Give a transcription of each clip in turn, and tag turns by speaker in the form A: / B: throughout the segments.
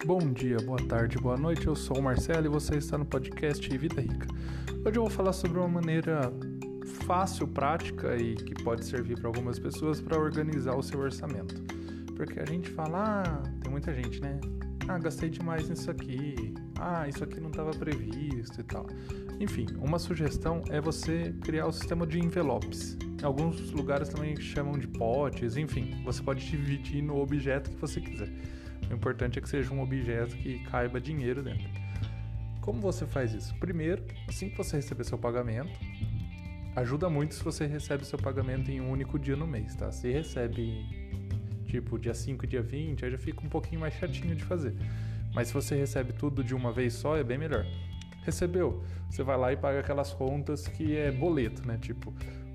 A: Bom dia, boa tarde, boa noite, eu sou o Marcelo e você está no podcast Vida Rica. Hoje eu vou falar sobre uma maneira fácil, prática e que pode servir para algumas pessoas para organizar o seu orçamento. Porque a gente fala, tem muita gente, né? Gastei demais nisso aqui, isso aqui não estava previsto e tal. Enfim, uma sugestão é você criar o sistema de envelopes. Em alguns lugares também chamam de potes, enfim, você pode dividir no objeto que você quiser. O importante é que seja um objeto que caiba dinheiro dentro. Como você faz isso? Primeiro, assim que você receber seu pagamento, ajuda muito se você recebe seu pagamento em um único dia no mês, tá? Se recebe, tipo, dia 5 e dia 20, aí já fica um pouquinho mais chatinho de fazer. Mas se você recebe tudo de uma vez só, é bem melhor. Recebeu, você vai lá e paga aquelas contas que é boleto, né? Tipo,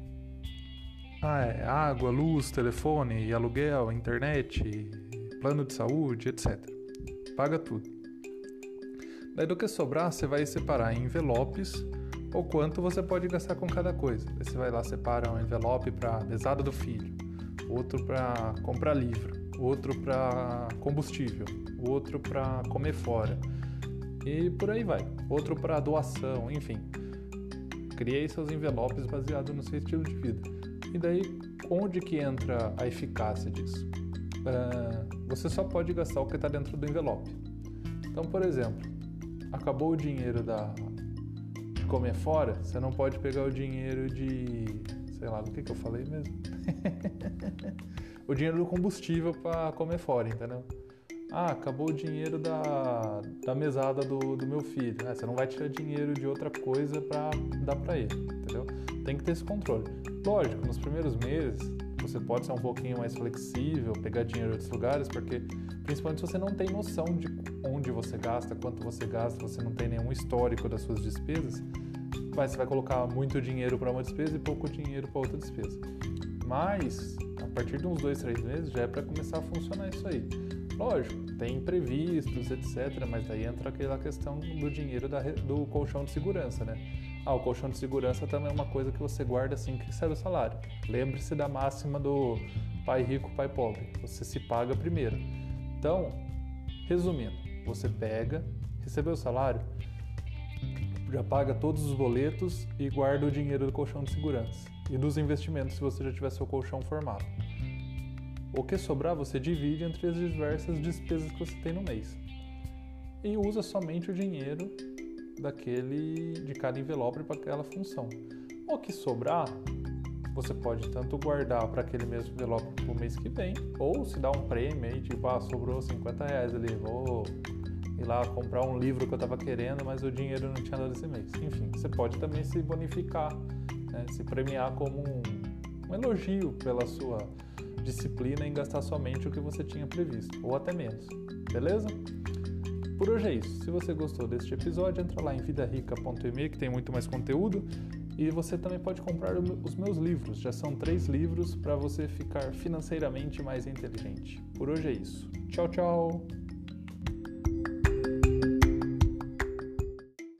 A: água, luz, telefone, aluguel, internet, plano de saúde, etc. Paga tudo. Daí do que sobrar, você vai separar em envelopes ou quanto você pode gastar com cada coisa. Daí você vai lá, separa um envelope para mesada do filho, outro para comprar livro, outro para combustível, outro para comer fora e por aí vai. Outro para doação, enfim. Criei seus envelopes baseados no seu estilo de vida. E daí, onde que entra a eficácia disso? Você só pode gastar o que está dentro do envelope. Então, por exemplo, acabou o dinheiro de comer fora, você não pode pegar o dinheiro de... sei lá, do que eu falei mesmo? O dinheiro do combustível para comer fora, entendeu? Acabou o dinheiro da mesada do meu filho. Você não vai tirar dinheiro de outra coisa para dar para ele, entendeu? Tem que ter esse controle. Lógico, nos primeiros meses você pode ser um pouquinho mais flexível, pegar dinheiro em outros lugares, porque principalmente se você não tem noção de onde você gasta, quanto você gasta, você não tem nenhum histórico das suas despesas, você vai colocar muito dinheiro para uma despesa e pouco dinheiro para outra despesa. Mas, a partir de uns 2-3 meses, já é para começar a funcionar isso aí. Lógico, tem imprevistos, etc., mas daí entra aquela questão do dinheiro do colchão de segurança, né? O colchão de segurança também é uma coisa que você guarda assim que recebe o salário. Lembre-se da máxima do pai rico, pai pobre. Você se paga primeiro. Então, resumindo, você pega, recebeu o salário, já paga todos os boletos e guarda o dinheiro do colchão de segurança. E dos investimentos, se você já tiver seu colchão formado. O que sobrar, você divide entre as diversas despesas que você tem no mês. E usa somente o dinheiro de cada envelope para aquela função. O que sobrar, você pode tanto guardar para aquele mesmo envelope para o mês que vem, ou se dá um prêmio aí, tipo, sobrou R$50 ali, vou ir lá comprar um livro que eu estava querendo, mas o dinheiro não tinha dado esse mês. Enfim, você pode também se bonificar, né? Se premiar como um elogio pela sua disciplina em gastar somente o que você tinha previsto, ou até menos, beleza? Por hoje é isso. Se você gostou deste episódio, entra lá em vidarica.me que tem muito mais conteúdo e você também pode comprar os meus livros. Já são 3 livros para você ficar financeiramente mais inteligente. Por hoje é isso. Tchau, tchau!